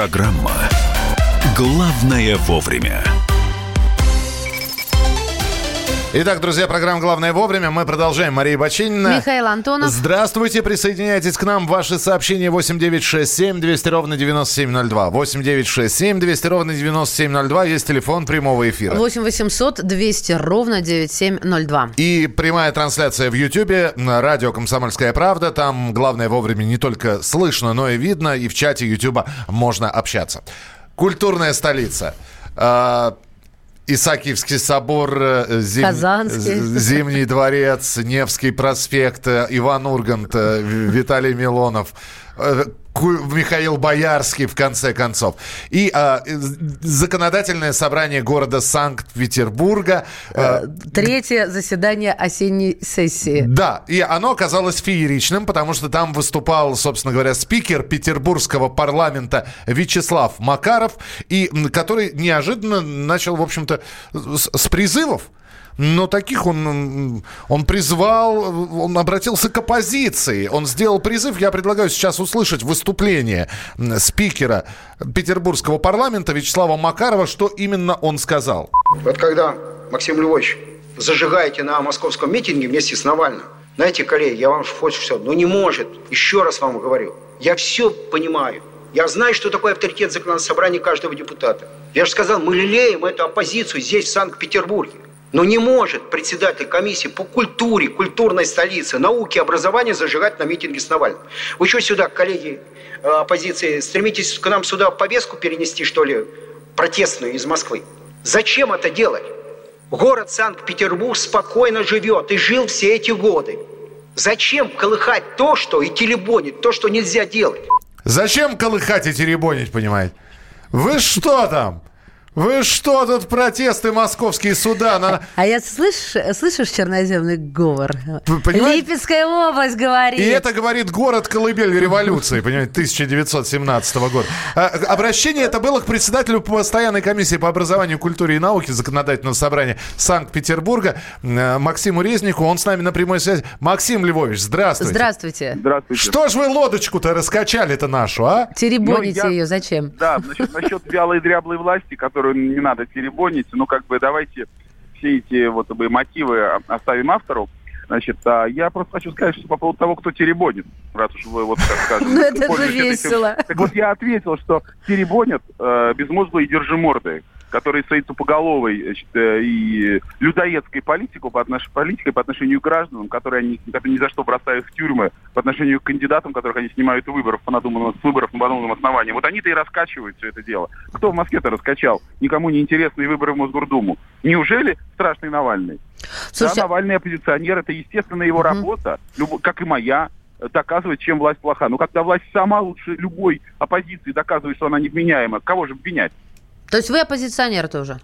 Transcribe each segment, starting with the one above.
Программа «Главное вовремя». Итак, друзья, программа «Главное вовремя». Мы продолжаем. Мария Бачинина. Михаил Антонов. Здравствуйте. Присоединяйтесь к нам. Ваши сообщения 8-967-200-97-02. 8-967-200-97-02. Есть телефон прямого эфира. 8-800-200-97-02. И прямая трансляция в Ютьюбе. Радио «Комсомольская правда». Там «Главное вовремя» не только слышно, но и видно. И в чате Ютьюба можно общаться. Культурная столица. Исаакиевский собор, Зимний дворец, Невский проспект, Иван Ургант, Виталий Милонов, Михаил Боярский, в конце концов. И законодательное собрание города Санкт-Петербурга. Третье заседание осенней сессии. Да, и оно оказалось фееричным, потому что там выступал, собственно говоря, спикер петербургского парламента Вячеслав Макаров, и который неожиданно начал, в общем-то, с призывов. Но таких он призвал, он обратился к оппозиции, он сделал призыв. Я предлагаю сейчас услышать выступление спикера петербургского парламента Вячеслава Макарова, что именно он сказал. Вот когда, Максим Львович, зажигаете на московском митинге вместе с Навальным, знаете, коллеги, я вам очень все, но не может, еще раз вам говорю, я все понимаю. Я знаю, что такое авторитет законодательного собрания каждого депутата. Я же сказал, мы лелеем эту оппозицию здесь, в Санкт-Петербурге. Но не может председатель комиссии по культуре, культурной столице, науке, образованию зажигать на митинге с Навальным. Вы что сюда, коллеги оппозиции, стремитесь к нам сюда повестку перенести, что ли, протестную из Москвы? Зачем это делать? Город Санкт-Петербург спокойно живет и жил все эти годы. Зачем колыхать то, что и теребонить, то, что нельзя делать? Зачем колыхать и теребонить, понимаете? Вы что там? Вы что, тут протесты московские суда? А я слышишь черноземный говор? Понимаете? Липецкая область говорит. И это говорит город-колыбель революции, понимаете, 1917 года. Обращение это было к председателю постоянной комиссии по образованию, культуре и науке Законодательного собрания Санкт-Петербурга Максиму Резнику. Он с нами на прямой связи. Максим Львович, здравствуйте. Здравствуйте. Здравствуйте. Что ж вы лодочку-то раскачали-то нашу, а? Теребоните ее зачем? Да, насчет вялой дряблой власти, которую не надо теребонить, ну как бы давайте все эти вот мотивы оставим автору. Значит, я просто хочу сказать, что по поводу того, кто теребонит, раз уж вы вот так скажете. Ну это же весело. Так вот я ответил, что теребонят безмозглые держиморды, которые своей тупоголовой, значит, и людоедской политикой по отношению к гражданам, которые они ни за что бросают в тюрьмы, по отношению к кандидатам, которых они снимают с выборов по надуманным основаниям. Вот они-то и раскачивают все это дело. Кто в Москве-то раскачал? Никому не интересные выборы в Мосгордуму. Неужели страшный Навальный? Слушайте, да, Навальный оппозиционер, это, естественно, его работа, как и моя, доказывать, чем власть плоха. Но когда власть сама лучше любой оппозиции доказывает, что она невменяема, кого же обвинять? То есть вы оппозиционер тоже?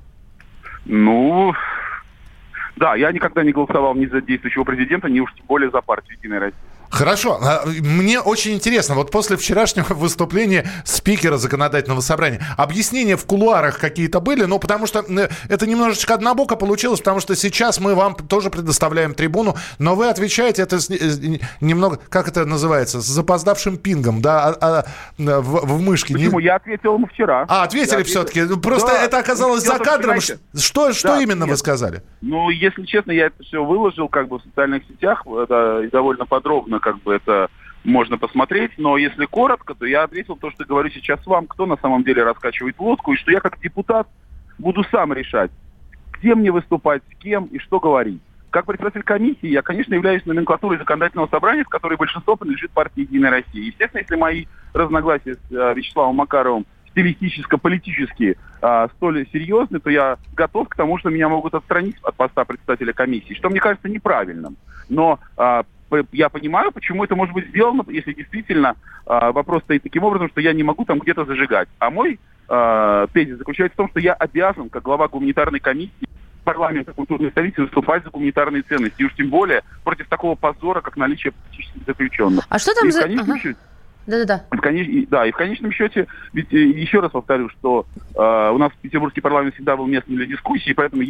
Ну, да, я никогда не голосовал ни за действующего президента, ни уж тем более за партию «Единая Россия». Хорошо. Мне очень интересно, вот после вчерашнего выступления спикера Законодательного собрания, объяснения в кулуарах какие-то были, ну, потому что это немножечко однобоко получилось, потому что сейчас мы вам тоже предоставляем трибуну, но вы отвечаете, это немного, как это называется, с запоздавшим пингом, да, в мышке. Почему? Я ответил ему вчера. Ответили все-таки. Просто да, это оказалось за кадром. Что да, именно вы сказали? Ну, если честно, я это все выложил как бы в социальных сетях, да, и довольно подробно как бы это можно посмотреть, но если коротко, то я ответил то, что говорю сейчас вам, кто на самом деле раскачивает лодку, и что я как депутат буду сам решать, где мне выступать, с кем и что говорить. Как председатель комиссии я, конечно, являюсь номенклатурой Законодательного собрания, в которой большинство принадлежит партии «Единая Россия». Естественно, если мои разногласия с Вячеславом Макаровым стилистически-политически столь серьезны, то я готов к тому, что меня могут отстранить от поста председателя комиссии, что мне кажется неправильным. Но я понимаю, почему это может быть сделано, если действительно вопрос стоит таким образом, что я не могу там где-то зажигать. А мой тезис заключается в том, что я обязан, как глава гуманитарной комиссии парламента культурной столицы, выступать за гуманитарные ценности. И уж тем более против такого позора, как наличие политических заключенных. А что там за... Да-да-да. И в конечном счете, ведь еще раз повторю, что у нас петербургский парламент всегда был местом для дискуссий, поэтому я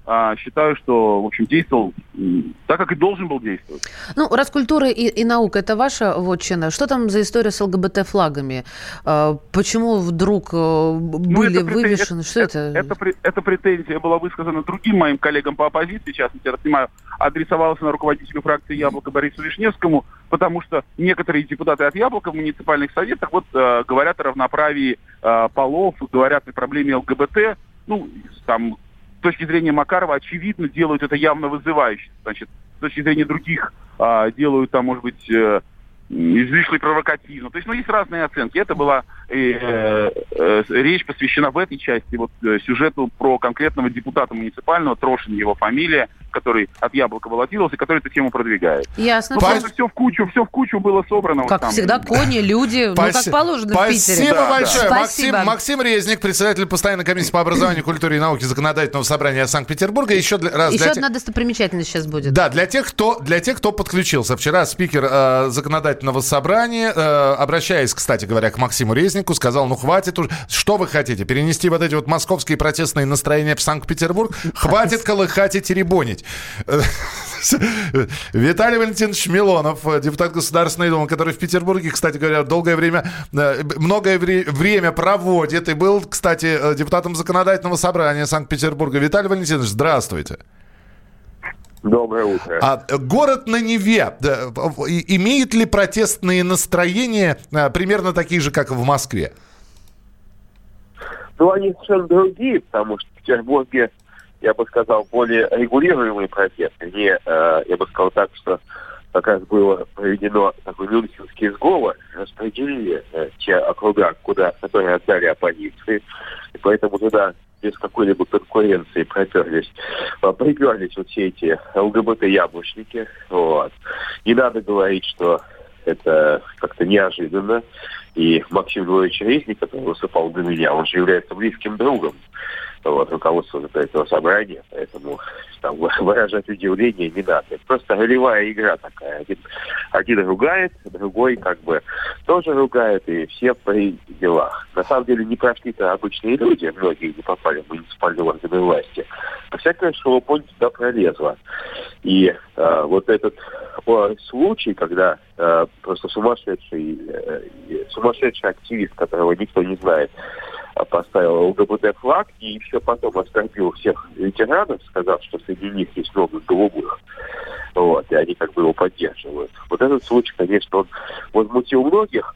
считаю, что, в общем, действовал так, как и должен был действовать. Ну, Роскультура и наука – это ваша вотчина. Что там за история с ЛГБТ-флагами? Почему вдруг были вывешены? Что это? Эта претензия была высказана другим моим коллегам по оппозиции, сейчас я так понимаю, адресовалась на руководителю фракции «Яблоко» Борису Вишневскому, потому что некоторые депутаты от «Яблока» в муниципальных советах говорят о равноправии полов, говорят о проблеме ЛГБТ. Ну, там, с точки зрения Макарова, очевидно, делают это явно вызывающе. Значит, с точки зрения других делают там, может быть, излишне провокативно. То есть, есть разные оценки. Это была речь посвящена в этой части сюжету про конкретного депутата муниципального, Трошин его фамилия, который от «Яблока» баллотировался, который эту тему продвигает. Ясно. Это все в кучу было собрано. Как всегда, кони, люди, как положено в Питере. Спасибо большое. Спасибо. Максим Резник, председатель постоянной комиссии по образованию, культуре и науке Законодательного собрания Санкт-Петербурга. Еще одна достопримечательность сейчас будет. Да, для тех, кто подключился. Вчера спикер Законодательного собрания, обращаясь, кстати говоря, к Максиму Резнику, сказал, хватит уже. Что вы хотите? Перенести вот эти московские протестные настроения в Санкт-Петербург? Хватит колыхать и теребонить. Виталий Валентинович Милонов, депутат Государственной Думы, который в Петербурге, кстати говоря, многое время проводит и был, кстати, депутатом Законодательного собрания Санкт-Петербурга. Виталий Валентинович, здравствуйте. Доброе утро. Город на Неве имеет ли протестные настроения примерно такие же, как в Москве? Они совершенно другие, потому что в Петербурге, я бы сказал, более регулируемые протесты. Я бы сказал так, что как раз было проведено такой мюнхенский сговор, распределили те округа, которые отдали оппозиции, и поэтому туда без какой-либо конкуренции приперлись все эти ЛГБТ-яблочники. Не надо говорить, что это как-то неожиданно. И Максим Львович Резник, который выступал до меня, он же является близким другом руководства этого собрания, поэтому там выражать удивление не надо. Это просто ролевая игра такая. Один ругает, другой тоже ругает, и все при делах. На самом деле не прошли-то обычные люди, многие не попали в муниципальные органы власти. А всякая шелупонь туда пролезла. И этот случай, когда просто сумасшедший активист, которого никто не знает, поставил ЛГБТ-флаг и еще потом оскорбил всех ветеранов, сказав, что среди них есть много голубых. И они его поддерживают. Этот случай, конечно, он возмутил многих,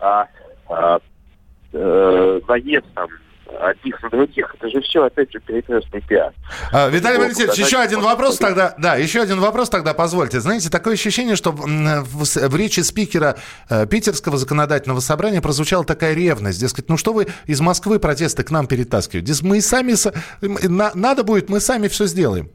наезд одних на других, это же все, опять же, перекрестный пиар. Виталий Валентинович, еще один вопрос тогда, позвольте. Знаете, такое ощущение, что в речи спикера Питерского законодательного собрания прозвучала такая ревность. Дескать, что вы из Москвы протесты к нам перетаскиваете? Мы сами, надо будет, мы сами все сделаем.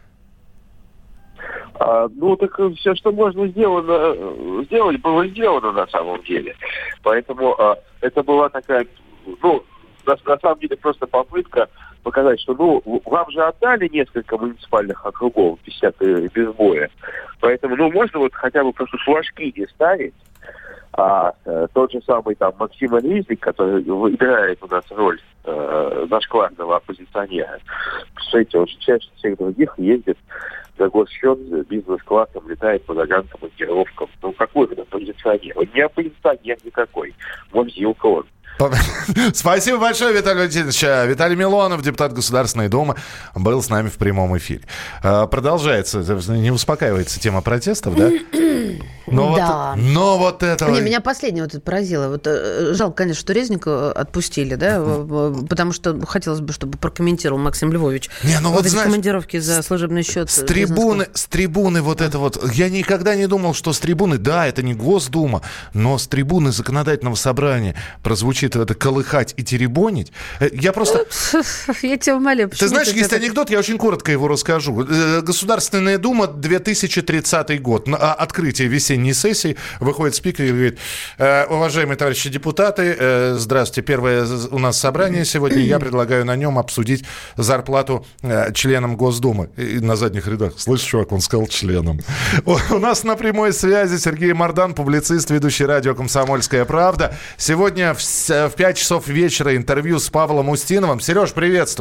Так все, что можно сделать, было сделано на самом деле. Поэтому это была такая, на самом деле просто попытка показать, что вам же отдали несколько муниципальных округов без боя. Поэтому можно хотя бы просто флажки не ставить. Тот же самый Максим Резник, который играет у нас роль зашкварного оппозиционера, смотрите, он же чаще всех других ездит за госсчет бизнес-классом, летает по ногам командировкам. Какой это оппозиционер? Он не оппозиционер никакой. Мурзилка он. Спасибо большое, Виталий Валентинович. Виталий Милонов, депутат Государственной Думы, был с нами в прямом эфире. Продолжается, не успокаивается тема протестов, да? Да. Но вот это... Меня последнее поразило. Жалко, конечно, что Резника отпустили, да? Потому что хотелось бы, чтобы прокомментировал Максим Львович. Эти командировки за служебный счет. С трибуны Я никогда не думал, что с трибуны, да, это не Госдума, но с трибуны Законодательного собрания прозвучит это колыхать и теребонить. Я просто... Я тебя умоляю. Ты знаешь, есть анекдот, я очень коротко его расскажу. Государственная Дума, 2030 год. На открытие весенней сессии выходит спикер и говорит: уважаемые товарищи депутаты, здравствуйте, первое у нас собрание сегодня. Я предлагаю на нем обсудить зарплату членам Госдумы. И на задних рядах: слышь, чувак, он сказал членам. У нас на прямой связи Сергей Мардан, публицист, ведущий радио «Комсомольская правда». Сегодня в 5 часов вечера интервью с Павлом Устиновым. Сереж, приветствую.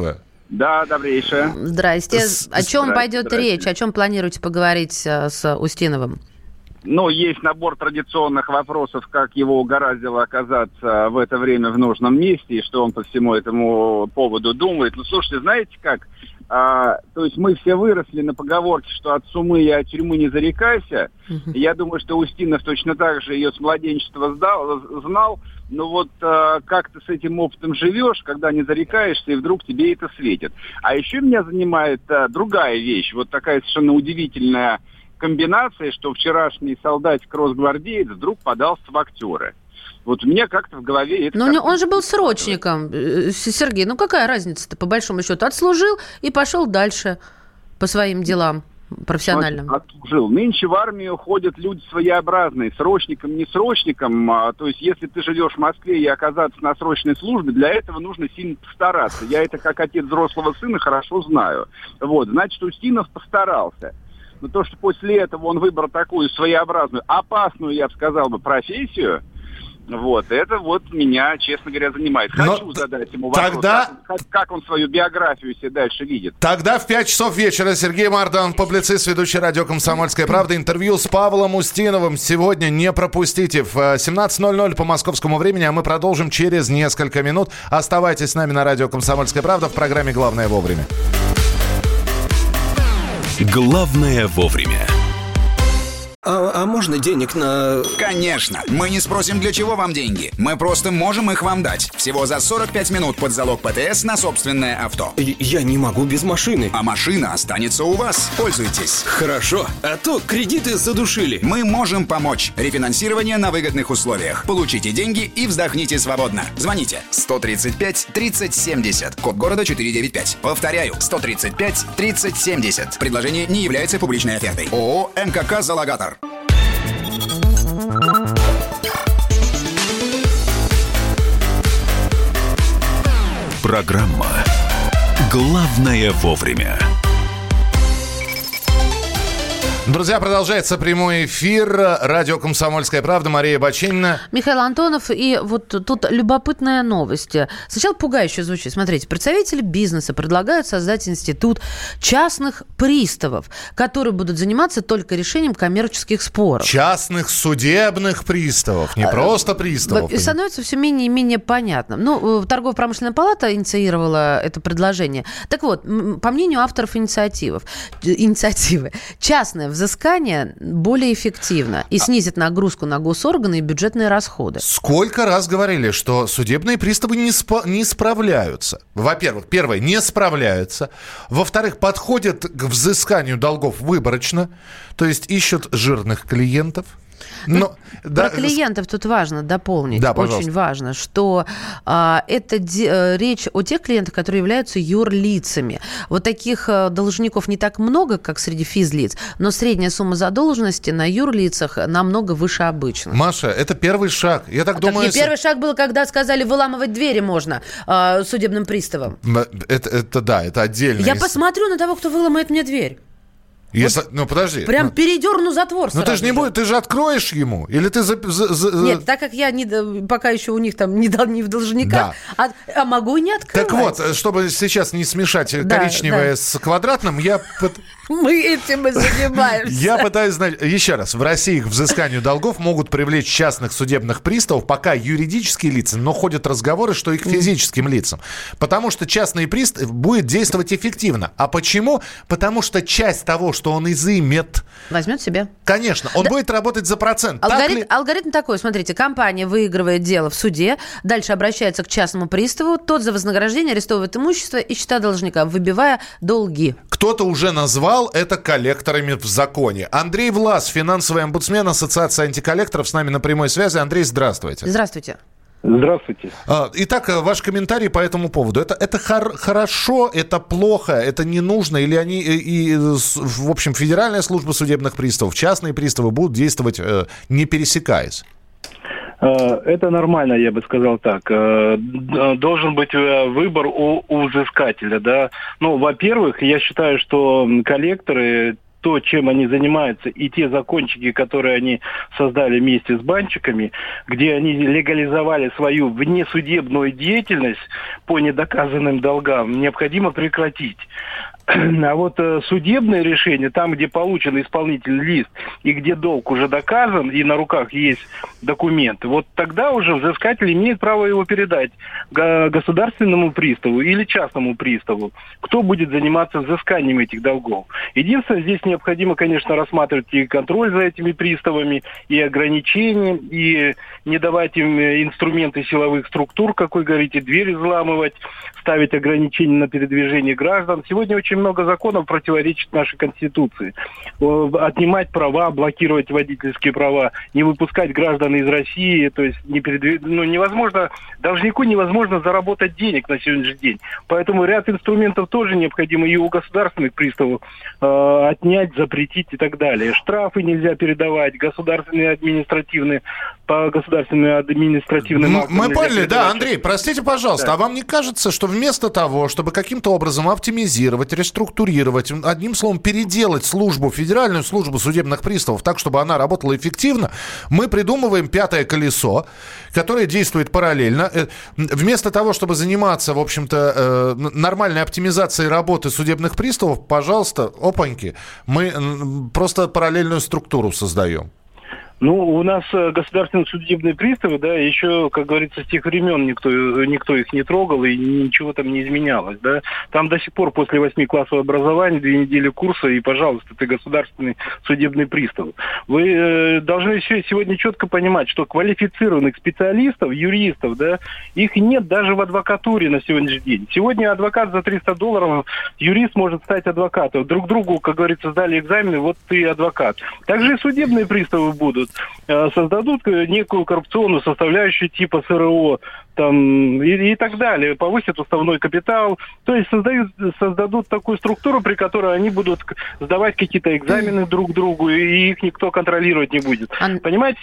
Да, добрейшее. Здрасте. О чем пойдет речь? О чем планируете поговорить с Устиновым? Ну, есть набор традиционных вопросов, как его угораздило оказаться в это время в нужном месте, и что он по всему этому поводу думает. Ну, слушайте, знаете как? То есть мы все выросли на поговорке, что от сумы и от тюрьмы не зарекайся. Я думаю, что Устинов точно так же ее с младенчества знал. Но вот как ты с этим опытом живешь, когда не зарекаешься, и вдруг тебе это светит. А еще меня занимает другая вещь, вот такая совершенно удивительная комбинация, что вчерашний солдатик-росгвардеец вдруг подался в актеры. Вот у меня как-то в голове это... Но он же был срочником, Сергей. Ну какая разница-то, по большому счету? Отслужил и пошел дальше по своим делам профессиональным. Отслужил. Нынче в армию ходят люди своеобразные, срочником, не срочником. То есть если ты живешь в Москве и оказаться на срочной службе, для этого нужно сильно постараться. Я это как отец взрослого сына хорошо знаю. Вот, значит, Устинов постарался. Но то, что после этого он выбрал такую своеобразную, опасную, я бы сказал, профессию, вот, это вот меня, честно говоря, занимает. Хочу задать ему вопрос, тогда... как он свою биографию себе дальше видит. Тогда в 5 часов вечера Сергей Мардан, публицист, ведущий радио «Комсомольская правда». Интервью с Павлом Устиновым сегодня не пропустите в 17:00 по московскому времени, а мы продолжим через несколько минут. Оставайтесь с нами на радио «Комсомольская правда» в программе «Главное вовремя». Главное вовремя. А можно денег на... Конечно. Мы не спросим, для чего вам деньги. Мы просто можем их вам дать. Всего за 45 минут под залог ПТС на собственное авто. Я не могу без машины. А машина останется у вас. Пользуйтесь. Хорошо. А то кредиты задушили. Мы можем помочь. Рефинансирование на выгодных условиях. Получите деньги и вздохните свободно. Звоните 135 30 70. Код города 495. Повторяю. 135 30 70. Предложение не является публичной офертой. ООО «МКК Залогатор». Программа «Главное вовремя». Друзья, продолжается прямой эфир. Радио «Комсомольская правда». Мария Баченина. Михаил Антонов. И вот тут любопытная новость. Сначала пугающе звучит. Смотрите, представители бизнеса предлагают создать институт частных приставов, которые будут заниматься только решением коммерческих споров. Частных судебных приставов, не просто приставов. И становится все менее и менее понятным. Ну, Торгово-промышленная палата инициировала это предложение. Так вот, по мнению авторов инициативы, частное взыскание более эффективно и снизит нагрузку на госорганы и бюджетные расходы. Сколько раз говорили, что судебные приставы не справляются. Во-первых, первое, не справляются. Во-вторых, подходят к взысканию долгов выборочно, то есть ищут жирных клиентов. Но, про клиентов тут важно дополнить, да, очень важно, что это речь о тех клиентах, которые являются юрлицами. Вот таких должников не так много, как среди физлиц, но средняя сумма задолженности на юрлицах намного выше обычных. Маша, это первый шаг. Я так думаю... Так первый шаг был, когда сказали, выламывать двери можно судебным приставам. Это отдельно. Я посмотрю на того, кто выломает мне дверь. Если, ну, подожди. Прям передерну затвор. Ну, ты же не будешь, ты же откроешь ему? Или ты... Нет, так как я пока еще у них там не в должниках, да. а могу и не открывать. Так вот, чтобы сейчас не смешать коричневое с квадратным, мы этим и занимаемся. Я пытаюсь знать, еще раз, в России к взысканию долгов могут привлечь частных судебных приставов, пока юридические лица, но ходят разговоры, что и к физическим лицам. Потому что частный пристав будет действовать эффективно. А почему? Потому что часть того, что он изымет... Возьмет себе. Конечно, он будет работать за процент. Алгоритм такой, смотрите, компания выигрывает дело в суде, дальше обращается к частному приставу, тот за вознаграждение арестовывает имущество и счета должника, выбивая долги. Кто-то уже назвал это коллекторами в законе. Андрей Влас, финансовый омбудсмен Ассоциации антиколлекторов, с нами на прямой связи. Андрей, здравствуйте. Здравствуйте. Здравствуйте. Итак, ваш комментарий по этому поводу. Это хорошо, это плохо, это не нужно? Или они, в общем, Федеральная служба судебных приставов, частные приставы будут действовать, не пересекаясь? Это нормально, я бы сказал так. Должен быть выбор у взыскателя, да. Ну, во-первых, я считаю, что коллекторы то, чем они занимаются, и те закончики, которые они создали вместе с банчиками, где они легализовали свою внесудебную деятельность по недоказанным долгам, необходимо прекратить. А вот судебное решение, там, где получен исполнительный лист и где долг уже доказан, и на руках есть документы, вот тогда уже взыскатель имеет право его передать государственному приставу или частному приставу. Кто будет заниматься взысканием этих долгов? Единственное, здесь необходимо, конечно, рассматривать и контроль за этими приставами, и ограничения, и не давать им инструменты силовых структур, как вы говорите, двери взламывать, ставить ограничения на передвижение граждан. Сегодня очень много законов противоречит нашей Конституции. Отнимать права, блокировать водительские права, не выпускать граждан из России, то есть невозможно, должнику невозможно заработать денег на сегодняшний день. Поэтому ряд инструментов тоже необходимо и у государственных приставов отнять, запретить и так далее. Штрафы нельзя передавать, государственные административные, по государственным административным актам. Мы поняли, да, Андрей, простите, пожалуйста, да. А вам не кажется, что вместо того, чтобы каким-то образом оптимизировать, реструктурировать, одним словом, переделать федеральную службу судебных приставов так, чтобы она работала эффективно, мы придумываем пятое колесо, которое действует параллельно. Вместо того, чтобы заниматься, в общем-то, нормальной оптимизацией работы судебных приставов, пожалуйста, опаньки, мы просто параллельную структуру создаем. Ну, у нас государственные судебные приставы, да, еще, как говорится, с тех времен никто их не трогал и ничего там не изменялось, да. Там до сих пор после 8 классов образования 2 недели курса и, пожалуйста, ты государственный судебный пристав. Вы должны сегодня четко понимать, что квалифицированных специалистов, юристов, да, их нет даже в адвокатуре на сегодняшний день. Сегодня адвокат за $300, юрист может стать адвокатом. Друг другу, как говорится, сдали экзамены, вот ты адвокат. Также и судебные приставы будут. Создадут некую коррупционную составляющую типа СРО там, и так далее, повысят уставной капитал, то есть создадут такую структуру, при которой они будут сдавать какие-то экзамены друг другу, и их никто контролировать не будет. Понимаете,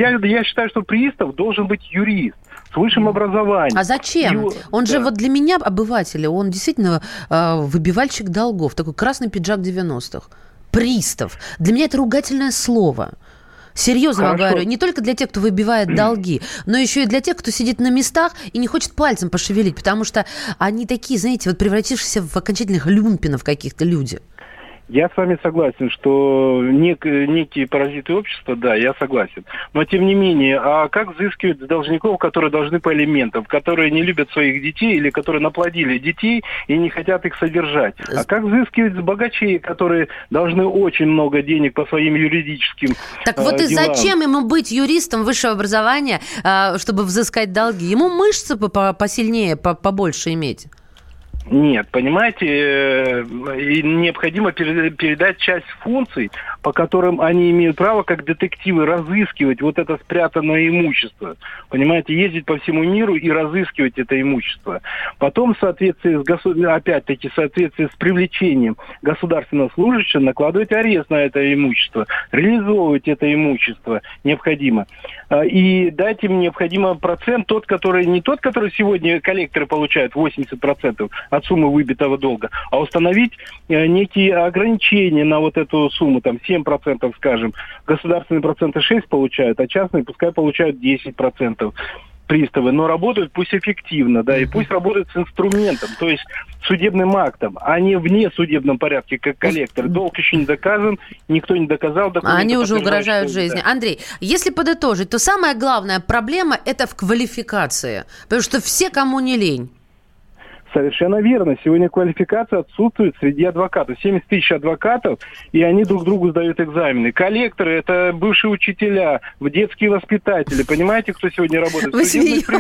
я считаю, что пристав должен быть юрист с высшим образованием. А зачем? Он же вот для меня, обывателя, он действительно выбивальщик долгов, такой красный пиджак 90-х. Пристав. Для меня это ругательное слово. Серьезно вам говорю, не только для тех, кто выбивает долги, но еще и для тех, кто сидит на местах и не хочет пальцем пошевелить, потому что они такие, знаете, вот превратившиеся в окончательных люмпинов каких-то люди. Я с вами согласен, что некие паразиты общества, да, я согласен. Но тем не менее, а как взыскивать с должников, которые должны по элементам, которые не любят своих детей или которые наплодили детей и не хотят их содержать? А как взыскивать с богачей, которые должны очень много денег по своим юридическим Так вот и делам? Зачем ему быть юристом высшего образования, чтобы взыскать долги? Ему мышцы посильнее, побольше иметь. Нет, понимаете, необходимо передать часть функций, по которым они имеют право, как детективы, разыскивать вот это спрятанное имущество. Понимаете, ездить по всему миру и разыскивать это имущество. Потом, в соответствии опять-таки, в соответствии с привлечением государственного служащего, накладывать арест на это имущество, реализовывать это имущество необходимо. И дать им необходимо процент, не тот, который сегодня коллекторы получают, 80%, от суммы выбитого долга, а установить некие ограничения на вот эту сумму, там 7%, скажем. Государственные проценты 6% получают, а частные пускай получают 10%. Приставы, но работают пусть эффективно, да, и пусть работают с инструментом, то есть судебным актом, а не в несудебном порядке, как коллектор. Долг еще не доказан, никто не доказал. Они уже угрожают жизни. Да. Андрей, если подытожить, то самая главная проблема – это в квалификации, потому что все, кому не лень. Совершенно верно. Сегодня квалификация отсутствует среди адвокатов. 70 тысяч адвокатов, и они друг другу сдают экзамены. Коллекторы – это бывшие учителя, детские воспитатели. Понимаете, кто сегодня работает? Вы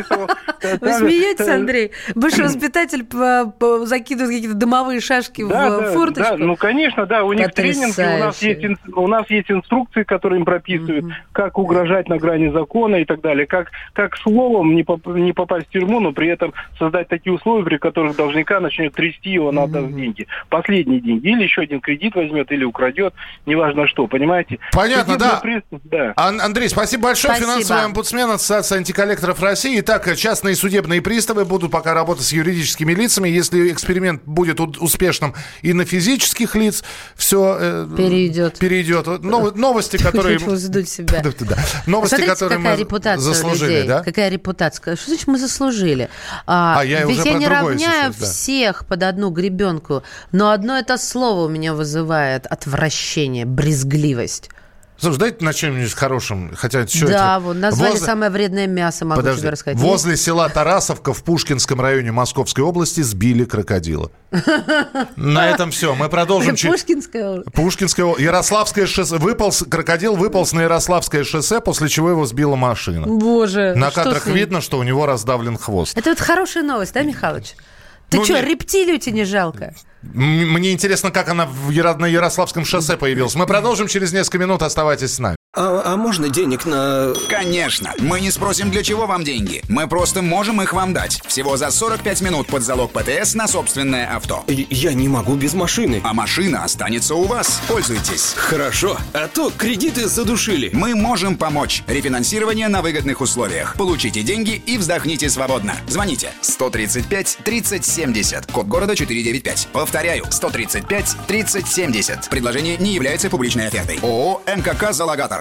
смеетесь, Андрей? Бывший воспитатель закидывает какие-то дымовые шашки в форточку? Да, ну, конечно, да. У них тренинги, у нас есть инструкции, которые им прописывают, как угрожать на грани закона и так далее. Как словом не попасть в тюрьму, но при этом создать такие условия, при которых которых должника начнет трясти, его надо деньги. Последние деньги. Или еще один кредит возьмет, или украдет. Неважно что, понимаете? Понятно, да. Да. Андрей, спасибо большое. Финансовый омбудсмен Ассоциации антиколлекторов России. Итак, частные судебные приставы будут пока работать с юридическими лицами. Если эксперимент будет успешным и на физических лиц, все перейдет. Новости, которые... себя. Новости, которые мы заслужили, да? Какая репутация? Что значит мы заслужили? Ведь я не равняю всех под одну гребенку, но одно это слово у меня вызывает отвращение, брезгливость. Слушай, давайте начнем с хорошим. Хотя, что да, вот назвали самое вредное мясо, могу тебе рассказать. Возле села Тарасовка в Пушкинском районе Московской области сбили крокодила. На этом все. Мы продолжим. Пушкинская Ярославское шоссе. Крокодил выполз на Ярославское шоссе, после чего его сбила машина. Боже. На кадрах видно, что у него раздавлен хвост. Это вот хорошая новость, да, Михалыч? Ты что, рептилию тебе не жалко? Мне интересно, как она на Ярославском шоссе появилась. Мы продолжим через несколько минут. Оставайтесь с нами. А можно денег на... Конечно. Мы не спросим, для чего вам деньги. Мы просто можем их вам дать. Всего за 45 минут под залог ПТС на собственное авто. Я не могу без машины. А машина останется у вас. Пользуйтесь. Хорошо. А то кредиты задушили. Мы можем помочь. Рефинансирование на выгодных условиях. Получите деньги и вздохните свободно. Звоните 135 30 70. Код города 495. Повторяю. 135 30 70. Предложение не является публичной офертой. ООО «МКК Залогатор».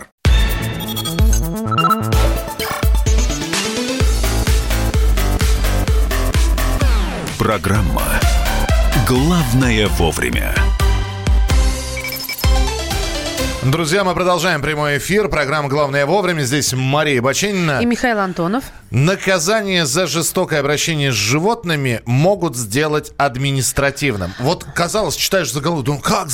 Программа «Главное вовремя». Друзья, мы продолжаем прямой эфир. Программа «Главное вовремя». Здесь Мария Баченина. И Михаил Антонов. Наказание за жестокое обращение с животными могут сделать административным. Вот, казалось, читаешь заголовок, думаю, как?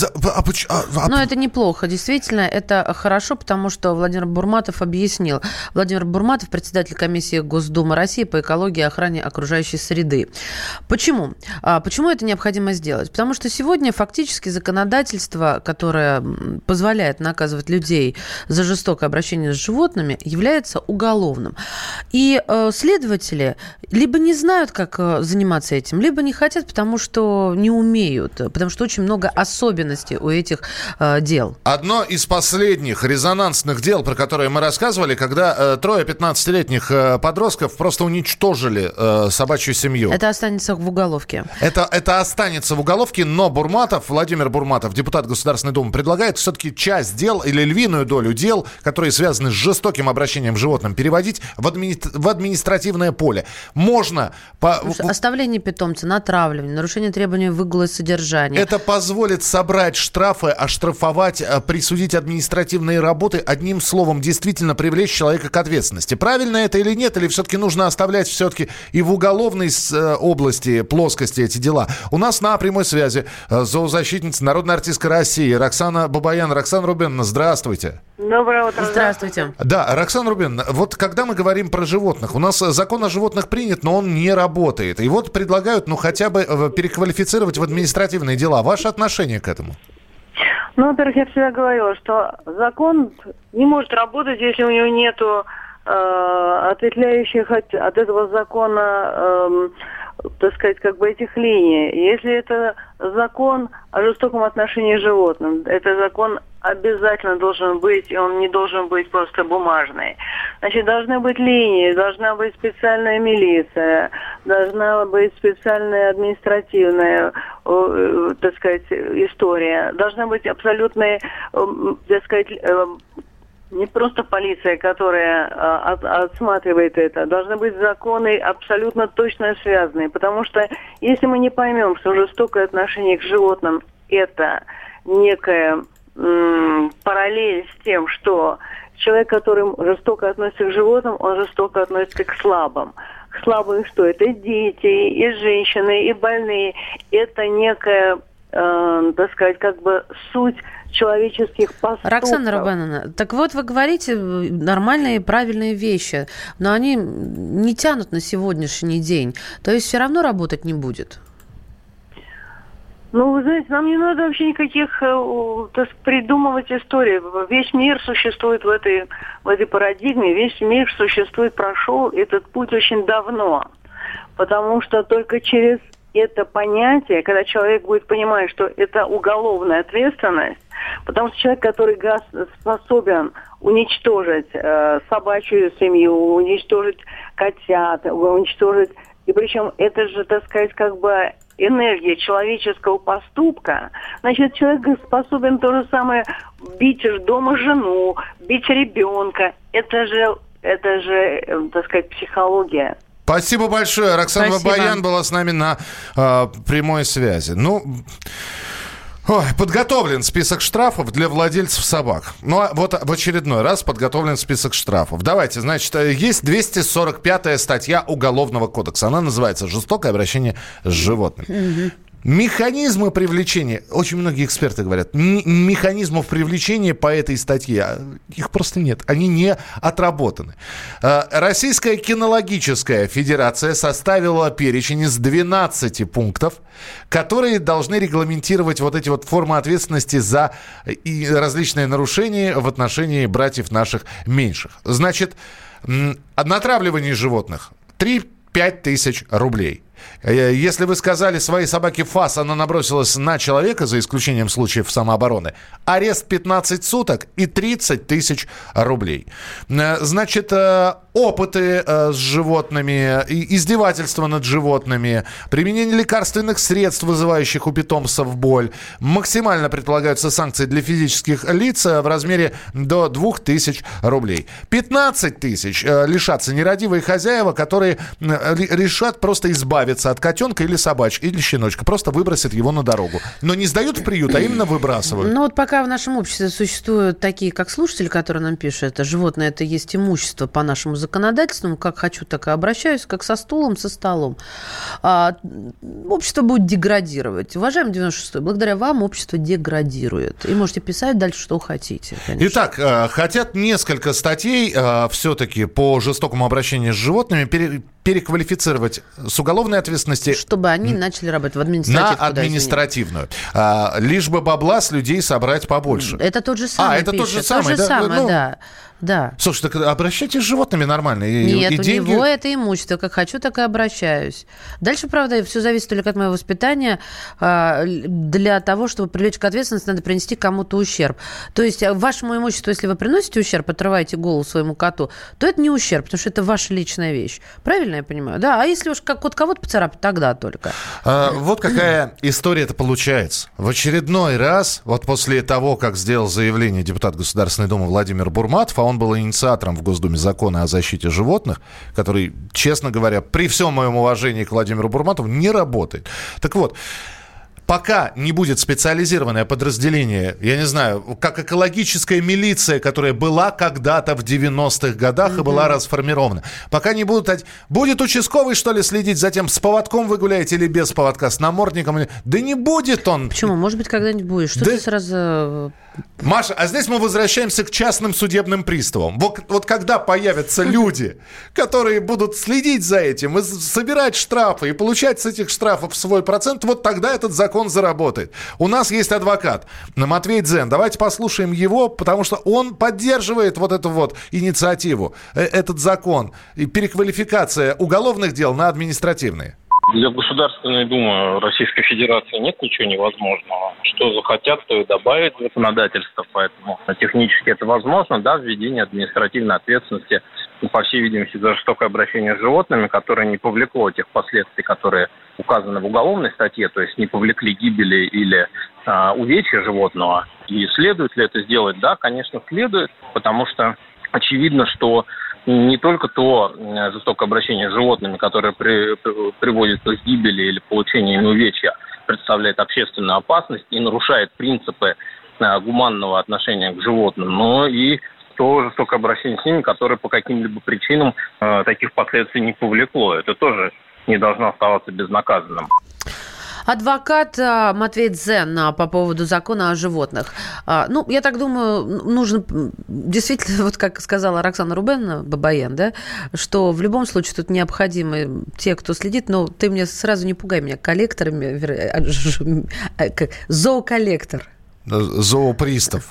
Но это неплохо. Действительно, это хорошо, потому что Владимир Бурматов объяснил. Владимир Бурматов, председатель комиссии Госдумы России по экологии и охране окружающей среды. Почему? Почему это необходимо сделать? Потому что сегодня фактически законодательство, которое позволяет наказывать людей за жестокое обращение с животными, является уголовным. И следователи либо не знают, как заниматься этим, либо не хотят, потому что не умеют, потому что очень много особенностей у этих дел. Одно из последних резонансных дел, про которые мы рассказывали, когда 3 15-летних подростков просто уничтожили собачью семью. Это останется в уголовке. Это останется в уголовке, но Владимир Бурматов, депутат Государственной Думы, предлагает все-таки часть дел или львиную долю дел, которые связаны с жестоким обращением к животным, переводить в административное поле. Можно... Оставление питомца, натравливание, нарушение требований выгула и содержания. Это позволит собрать штрафы, оштрафовать, присудить административные работы, одним словом, действительно привлечь человека к ответственности. Правильно это или нет? Или все-таки нужно оставлять все-таки и в уголовной области, плоскости эти дела? У нас на прямой связи зоозащитница, народная артистка России Роксана Бабаян. Роксана Рубеновна, здравствуйте. Доброе утро. Здравствуйте. Да, Роксана Рубеновна, вот когда мы говорим про животных, у нас закон о животных принят, но он не работает. И вот предлагают, хотя бы переквалифицировать в административные дела. Ваше отношение к этому? Во-первых, я всегда говорила, что закон не может работать, если у него нету ответвляющих от этого закона, так сказать, этих линий. Если это закон о жестоком отношении к животным, это закон обязательно должен быть, и он не должен быть просто бумажный. Значит, должны быть линии, должна быть специальная милиция, должна быть специальная административная, так сказать, история. Должна быть абсолютная, так сказать, не просто полиция, которая отсматривает это. Должны быть законы абсолютно точно связанные. Потому что если мы не поймем, что жестокое отношение к животным – это некая параллель с тем, что человек, который жестоко относится к животным, он жестоко относится к слабым. К слабым что? Это дети, и женщины, и больные. Это некая, так сказать, суть человеческих поступков. Роксана Рубеновна, так вот вы говорите нормальные и правильные вещи, но они не тянут на сегодняшний день. То есть все равно работать не будет. Вы знаете, нам не надо вообще никаких придумывать историй. Весь мир существует в этой парадигме, весь мир существует, прошел этот путь очень давно. Потому что только через это понятие, когда человек будет понимать, что это уголовная ответственность, потому что человек, который способен уничтожить собачью семью, уничтожить котят, уничтожить... И причем это же, так сказать, как бы энергия человеческого поступка. Значит, человек способен то же самое бить дома жену, бить ребенка. Это же, так сказать, психология. Спасибо большое. Роксана Бабаян была с нами на прямой связи. Подготовлен список штрафов для владельцев собак. Вот в очередной раз подготовлен список штрафов. Давайте, значит, есть 245-я статья Уголовного кодекса. Она называется «Жестокое обращение с животными». Механизмы привлечения, очень многие эксперты говорят, механизмов привлечения по этой статье, их просто нет, они не отработаны. Российская кинологическая федерация составила перечень из 12 пунктов, которые должны регламентировать вот эти вот формы ответственности за различные нарушения в отношении братьев наших меньших. Значит, натравливание животных 3-5 тысяч рублей. Если вы сказали своей собаке «фас», она набросилась на человека, за исключением случаев самообороны, арест 15 суток и 30 тысяч рублей. Значит, опыты с животными, издевательства над животными, применение лекарственных средств, вызывающих у питомцев боль. Максимально предполагаются санкции для физических лиц в размере до 2000 рублей. 15 тысяч лишатся нерадивые хозяева, которые решат просто избавиться от котенка или собачки, или щеночка. Просто выбросят его на дорогу. Но не сдают в приют, а именно выбрасывают. Ну вот пока в нашем обществе существуют такие, как слушатели, которые нам пишут, это животное, это есть имущество по нашему законодательству, как хочу, так и обращаюсь, как со стулом, со столом. Общество будет деградировать. Уважаемый 96-й, благодаря вам общество деградирует. И можете писать дальше, что хотите. Конечно. Итак, хотят несколько статей все-таки по жестокому обращению с животными переквалифицировать с уголовной ответственности... Чтобы они начали работать в административную. Лишь бы бабла с людей собрать побольше. Это тот же самый это пишет. тот же самый, да? Да. Слушай, так обращайтесь с животными нормально. Нет, и у деньги... него это имущество. Как хочу, так и обращаюсь. Дальше, правда, все зависит только от моего воспитания. Для того, чтобы привлечь к ответственности, надо принести кому-то ущерб. То есть вашему имуществу, если вы приносите ущерб, отрываете голову своему коту, то это не ущерб, потому что это ваша личная вещь. Правильно я понимаю? Да. А если уж кого-то поцарапать, тогда только. Вот какая история-то получается. В очередной раз, вот после того, как сделал заявление депутат Государственной Думы Владимир Бурматов, а он был инициатором в Госдуме закона о защите животных, который, честно говоря, при всем моем уважении к Владимиру Бурматову, не работает. Так вот, пока не будет специализированное подразделение, я не знаю, как экологическая милиция, которая была когда-то в 90-х годах и была расформирована, пока не будут... Будет участковый, что ли, следить за тем, с поводком вы гуляете или без поводка, с намордником? Да не будет он. Почему? Может быть, когда-нибудь будет. Что ты сразу... Маша, а здесь мы возвращаемся к частным судебным приставам. Вот когда появятся люди, которые будут следить за этим, и собирать штрафы и получать с этих штрафов свой процент, вот тогда этот закон заработает. У нас есть адвокат Матвей Дзен. Давайте послушаем его, потому что он поддерживает вот эту вот инициативу, этот закон, и переквалификация уголовных дел на административные. Для Государственной Думы Российской Федерации нет ничего невозможного. Что захотят, то и добавить в законодательство. Поэтому технически это возможно, да, введение административной ответственности, по всей видимости, за жестокое обращение с животными, которое не повлекло тех последствий, которые указаны в уголовной статье, то есть не повлекли гибели или увечья животного. И следует ли это сделать? Да, конечно, следует, потому что очевидно, что не только то жестокое обращение с животными, которое приводит к гибели или получению увечья, представляет общественную опасность и нарушает принципы гуманного отношения к животным, но и то жестокое обращение с ними, которое по каким-либо причинам таких последствий не повлекло. Это тоже не должно оставаться безнаказанным. Адвокат Матвей Дзен по поводу закона о животных. Ну, я так думаю, нужно действительно, вот как сказала Роксана Бабаян, да, что в любом случае тут необходимы те, кто следит, но ты мне сразу не пугай меня коллекторами, зооколлектор. Зоопристов.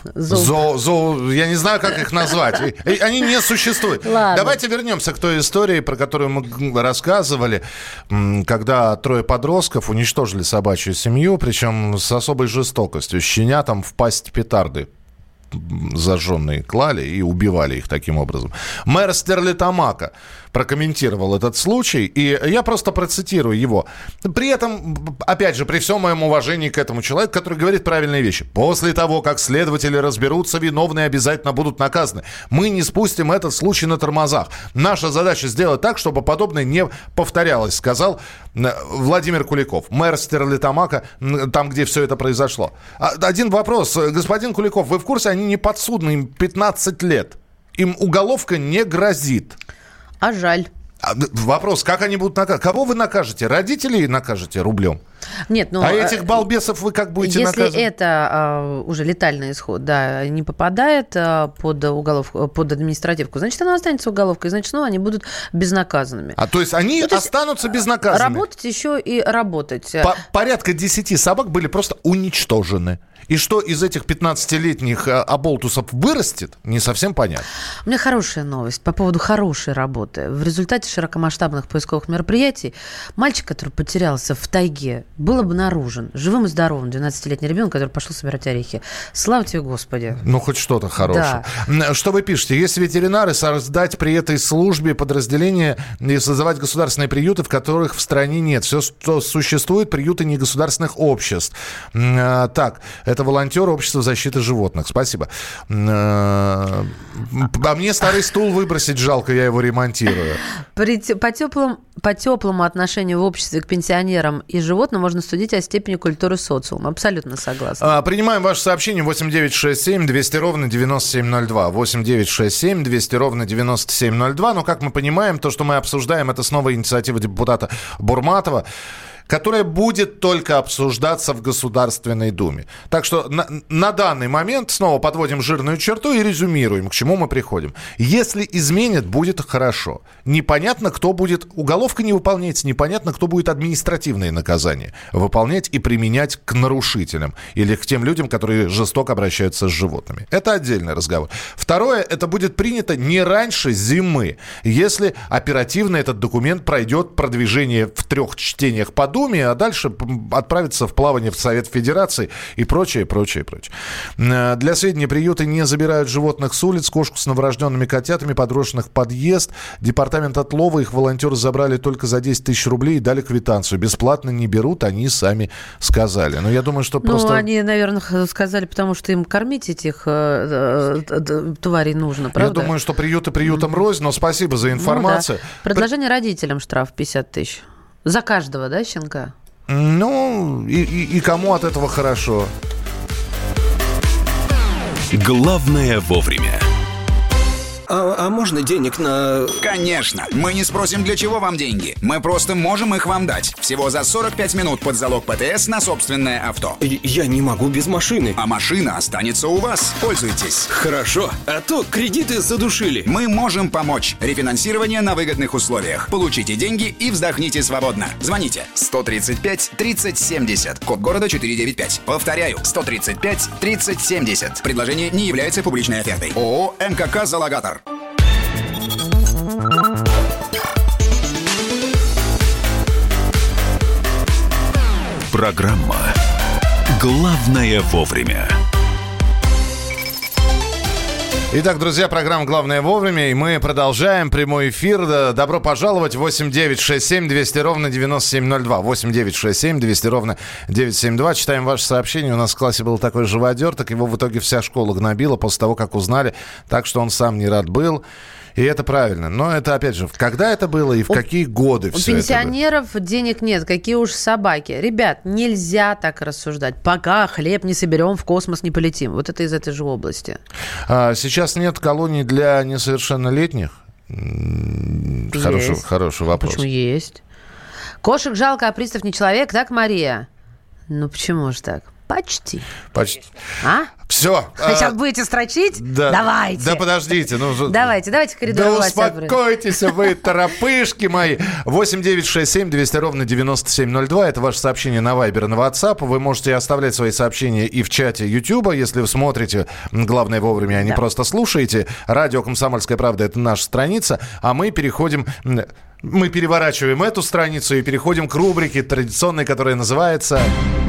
Я не знаю, как их назвать. Они не существуют. Ладно. Давайте вернемся к той истории, про которую мы рассказывали, когда 3 подростков уничтожили собачью семью, причем с особой жестокостью. Щенятам в пасть петарды зажженные клали и убивали их таким образом. Мэр Стерлитамака прокомментировал этот случай, и я просто процитирую его. При этом, опять же, при всем моем уважении к этому человеку, который говорит правильные вещи. После того, как следователи разберутся, виновные обязательно будут наказаны. Мы не спустим этот случай на тормозах. Наша задача сделать так, чтобы подобное не повторялось, сказал Владимир Куликов, мэр Стерлитамака, там, где все это произошло. Один вопрос. Господин Куликов, вы в курсе, они не подсудны, им 15 лет. Им уголовка не грозит. А жаль. Вопрос, как они будут наказывать? Кого вы накажете? Родителей накажете рублем? Нет, ну, этих балбесов вы как будете наказывать? Если это уже летальный исход, да, не попадает под административку, значит, она останется уголовкой, значит, они будут безнаказанными. То есть они останутся безнаказанными? Работать еще и работать. Порядка 10 собак были просто уничтожены. И что из этих 15-летних оболтусов вырастет, не совсем понятно. У меня хорошая новость по поводу хорошей работы. В результате широкомасштабных поисковых мероприятий мальчик, который потерялся в тайге, был обнаружен живым и здоровым. 12-летний ребенок, который пошел собирать орехи. Слава тебе, Господи. Хоть что-то хорошее. Да. Что вы пишете? Если ветеринары создать при этой службе подразделения и создавать государственные приюты, в которых в стране нет. Все, что существует, приюты негосударственных обществ. Так, это волонтеры Общества защиты животных. Спасибо. А мне старый стул выбросить жалко, я его ремонтирую. По теплому отношению в обществе к пенсионерам и животным можно судить о степени культуры социума. Абсолютно согласна. Принимаем ваше сообщение 8-967-200-97-02. 8-967-200-97-02. Но, как мы понимаем, то, что мы обсуждаем, это снова инициатива депутата Бурматова, которая будет только обсуждаться в Государственной Думе. Так что на данный момент снова подводим жирную черту и резюмируем, к чему мы приходим. Если изменят, будет хорошо. Непонятно, кто будет... Уголовка не выполняется, непонятно, кто будет административные наказания выполнять и применять к нарушителям или к тем людям, которые жестоко обращаются с животными. Это отдельный разговор. Второе, это будет принято не раньше зимы, если оперативно этот документ пройдет продвижение в 3 чтениях по Думе, а дальше отправиться в плавание в Совет Федерации и прочее. Для сведения, приюты не забирают животных с улиц, кошку с новорожденными котятами, подброшенных в подъезд. Департамент отлова их волонтеры забрали только за 10 тысяч рублей и дали квитанцию. Бесплатно не берут, они сами сказали. Но я думаю, что просто... они, наверное, сказали, потому что им кормить этих тварей нужно, правда? Я думаю, что приюты приютам рознь, но спасибо за информацию. Да. Предложение родителям штраф 50 тысяч. За каждого, да, щенка? И кому от этого хорошо? Главное вовремя. А можно денег на... Конечно. Мы не спросим, для чего вам деньги. Мы просто можем их вам дать. Всего за 45 минут под залог ПТС на собственное авто. Я не могу без машины. А машина останется у вас. Пользуйтесь. Хорошо. А то кредиты задушили. Мы можем помочь. Рефинансирование на выгодных условиях. Получите деньги и вздохните свободно. Звоните 135 30 70. Код города 495. Повторяю. 135 30 70. Предложение не является публичной офертой. ООО МКК «Залогатор». Программа «Главное вовремя». Итак, друзья, программа «Главное вовремя», и мы продолжаем прямой эфир. Добро пожаловать. 8-967-200-97-02. 8-967-200-97-02. Читаем ваши сообщения. У нас в классе был такой живодер, так его в итоге вся школа гнобила после того, как узнали, так что он сам не рад был. И это правильно. Но это, опять же, когда это было и в какие годы все это было? У пенсионеров денег нет. Какие уж собаки. Ребят, нельзя так рассуждать. Пока хлеб не соберем, в космос не полетим. Вот это из этой же области. Сейчас нет колоний для несовершеннолетних? Хороший вопрос. Почему есть? Кошек жалко, а пристав не человек, так, Мария? Ну, почему же так? Почти. А? Все. Сейчас будете строчить? Да. Давайте. Да подождите. Давайте в коридор власти. Да успокойтесь вы, торопышки мои. 8-967-200-97-02. Это ваше сообщение на Viber и на WhatsApp. Вы можете оставлять свои сообщения и в чате YouTube, если вы смотрите. Главное вовремя, а не просто слушаете. Радио «Комсомольская правда» — это наша страница. А мы переворачиваем эту страницу и переходим к рубрике традиционной, которая называется...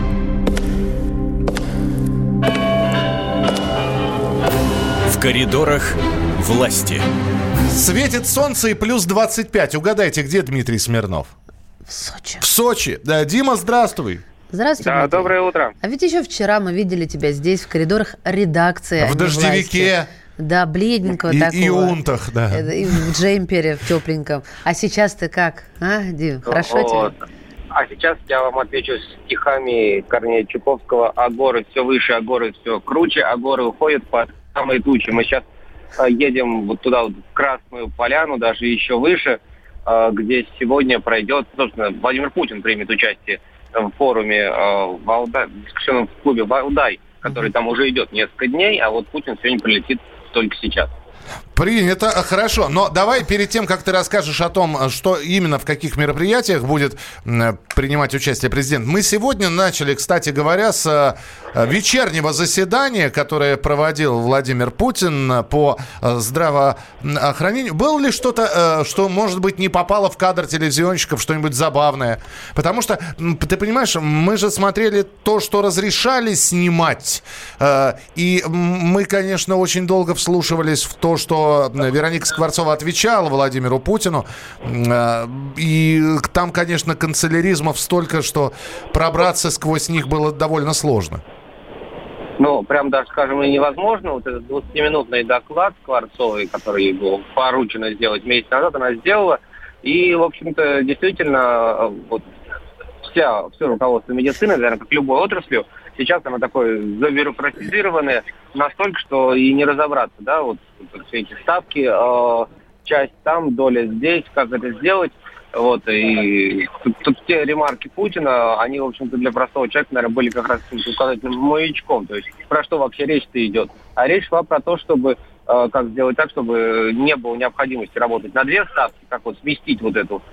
В коридорах власти. Светит солнце и плюс 25. Угадайте, где Дмитрий Смирнов? В Сочи. В Сочи. Да, Дима, здравствуй. Здравствуйте. Да, доброе утро. А ведь еще вчера мы видели тебя здесь, в коридорах редакции. В дождевике. Да, бледненького такого. И унтах, да. И в джемпере, в тепленьком. А сейчас ты как? Дим, хорошо тебе? А сейчас я вам отвечу стихами Корнея Чуковского: «А горы все выше, а горы все круче, а горы уходят под самые тучи». Мы сейчас едем вот туда, вот, в Красную Поляну, даже еще выше, где сегодня пройдет, собственно, Владимир Путин примет участие в форуме в дискуссионном клубе «Валдай», который там уже идет несколько дней, а вот Путин сегодня прилетит только сейчас. Принято, хорошо. Но давай перед тем, как ты расскажешь о том, что именно в каких мероприятиях будет принимать участие президент. Мы сегодня начали, кстати говоря, с вечернего заседания, которое проводил Владимир Путин по здравоохранению. Было ли что-то, что, может быть, не попало в кадр телевизионщиков, что-нибудь забавное? Потому что, ты понимаешь, мы же смотрели то, что разрешали снимать. И мы, конечно, очень долго вслушивались в то, что Вероника Скворцова отвечала Владимиру Путину. И там, конечно, канцеляризмов столько, что пробраться сквозь них было довольно сложно. Ну, прям даже, скажем, и невозможно. Вот этот 20-минутный доклад Скворцовой, который было поручено сделать месяц назад, она сделала. И, в общем-то, действительно, вот все руководство медицины, наверное, как любой отраслью, сейчас оно такое забюрократизированное настолько, что и не разобраться, да, вот все эти ставки, часть там, доля здесь, как это сделать. Вот, и тут те ремарки Путина, они, в общем-то, для простого человека, наверное, были как раз указательным маячком. То есть про что вообще речь-то идет? А речь шла про то, чтобы как сделать так, чтобы не было необходимости работать на две ставки, как вот сместить вот этот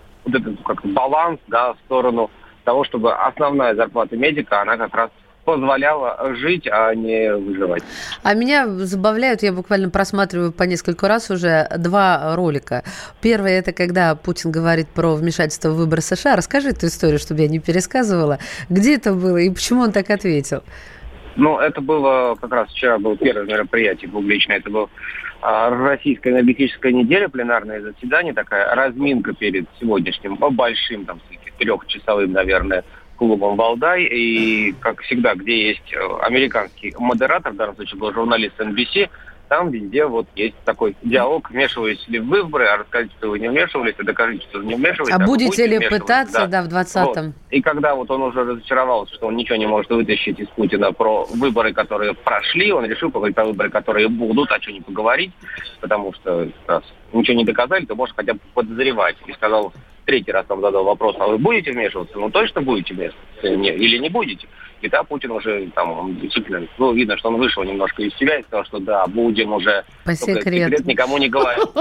как баланс, да, в сторону того, чтобы основная зарплата медика, она как раз позволяла жить, а не выживать. А меня забавляют, я буквально просматриваю по несколько раз уже два ролика. Первый – это когда Путин говорит про вмешательство в выборы США. Расскажи эту историю, чтобы я не пересказывала. Где это было и почему он так ответил? Ну, это было как раз вчера, было первое мероприятие публичное. Это была Российская энергетическая неделя, пленарное заседание, такая разминка перед сегодняшним большим, там, 3-часовым, наверное, клубом «Валдай». И, как всегда, где есть американский модератор, в данном случае был журналист NBC, там везде вот есть такой диалог, вмешивались ли вы в выборы, а расскажите, что вы не вмешивались, а докажите, что вы не вмешивались. А будете ли пытаться, да, в 20-м? Вот. И когда вот он уже разочаровался, что он ничего не может вытащить из Путина про выборы, которые прошли, он решил поговорить про выборы, которые будут, а что не поговорить, потому что раз ничего не доказали, то может хотя бы подозревать. И сказал, третий раз там задал вопрос: а вы будете вмешиваться? Ну, точно будете вмешиваться? Или не будете? И да, Путин уже там, он действительно, ну, видно, что он вышел немножко из себя и сказал, что да, будем уже. По секрету. Секрет никому не говорил.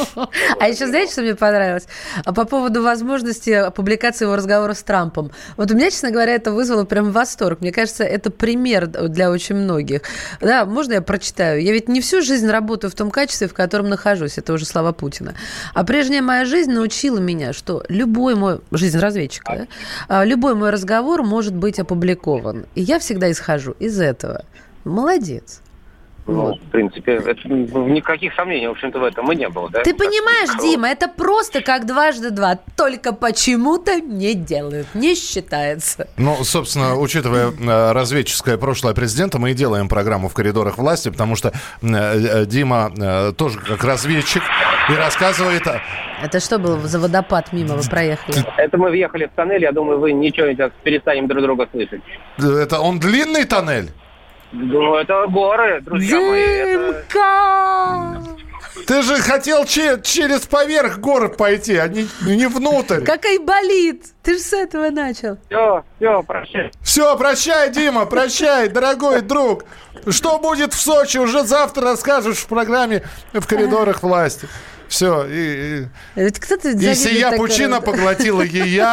А еще знаете, что мне понравилось? По поводу возможности публикации его разговора с Трампом. Вот у меня, честно говоря, это вызвало прям восторг. Мне кажется, это пример для очень многих. Да, можно я прочитаю? Я ведь не всю жизнь работаю в том качестве, в котором нахожусь. Это уже слова Путина. А прежняя моя жизнь научила меня, что любой мой... Жизнь разведчика, да? Любой мой разговор может быть опубликован. И я всегда исхожу из этого. Молодец. Ну, в принципе, это, никаких сомнений, в общем-то, в этом и не было, да? Ты понимаешь, Дима, это просто как 2 × 2. Только почему-то не делают, не считается. Ну, собственно, учитывая разведческое прошлое президента, мы и делаем программу «В коридорах власти», потому что Дима тоже как разведчик и рассказывает... Это что было за водопад мимо вы проехали? Это мы въехали в тоннель, я думаю, вы ничего не перестанем друг друга слышать. Это он длинный тоннель? Ну, это горы, друзья мои. Ты же хотел через поверх горы пойти, а не внутрь. Как айболит. Ты же с этого начал. Все, прощай. Все, прощай, Дима, прощай, дорогой друг. Что будет в Сочи, уже завтра расскажешь в программе «В коридорах власти». Все. И сия пучина поглотила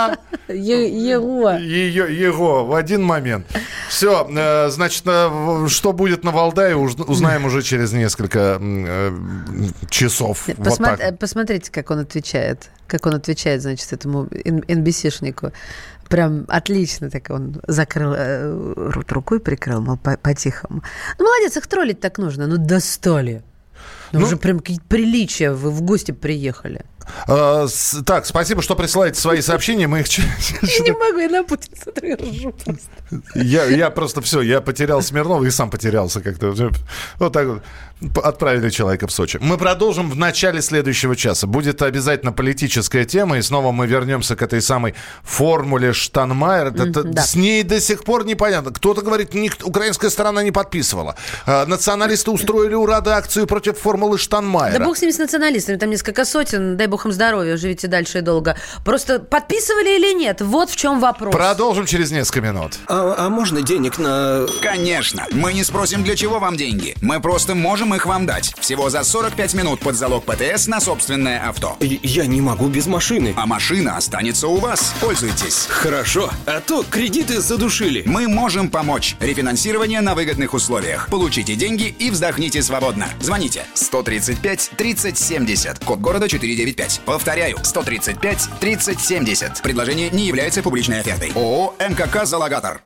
его в один момент. Все. Значит, что будет на Валдае, узнаем уже через несколько часов. Посмотрите, как он отвечает. Значит, этому NBC-шнику. Прям отлично, так он закрыл рот рукой, прикрыл, мол, по-тихому. Ну, молодец, их троллить так нужно. Ну, достали. Уже прям какие-то приличия, вы в гости приехали. Так, спасибо, что присылаете свои сообщения. Мы их... Я не могу, я на Путина ржу просто. Я просто все, я потерял Смирнова и сам потерялся как-то. Вот так вот. Отправили человека в Сочи. Мы продолжим в начале следующего часа. Будет обязательно политическая тема, и снова мы вернемся к этой самой формуле Штайнмайера. Да. С ней до сих пор непонятно. Кто-то говорит, украинская сторона не подписывала. Националисты устроили у Рады акцию против формулы Штайнмайера. Да бог с ними, с националистами. Там несколько сотен, дай бог им здоровья, живите дальше и долго. Просто подписывали или нет? Вот в чем вопрос. Продолжим через несколько минут. А можно денег на... Конечно. Мы не спросим, для чего вам деньги. Мы просто можем их вам дать. Всего за 45 минут под залог ПТС на собственное авто. Я не могу без машины. А машина останется у вас. Пользуйтесь. Хорошо. А то кредиты задушили. Мы можем помочь. Рефинансирование на выгодных условиях. Получите деньги и вздохните свободно. Звоните 135 30 70. Код города 495. Повторяю, 135 30 70. Предложение не является публичной офертой. ООО «МКК Залогатор».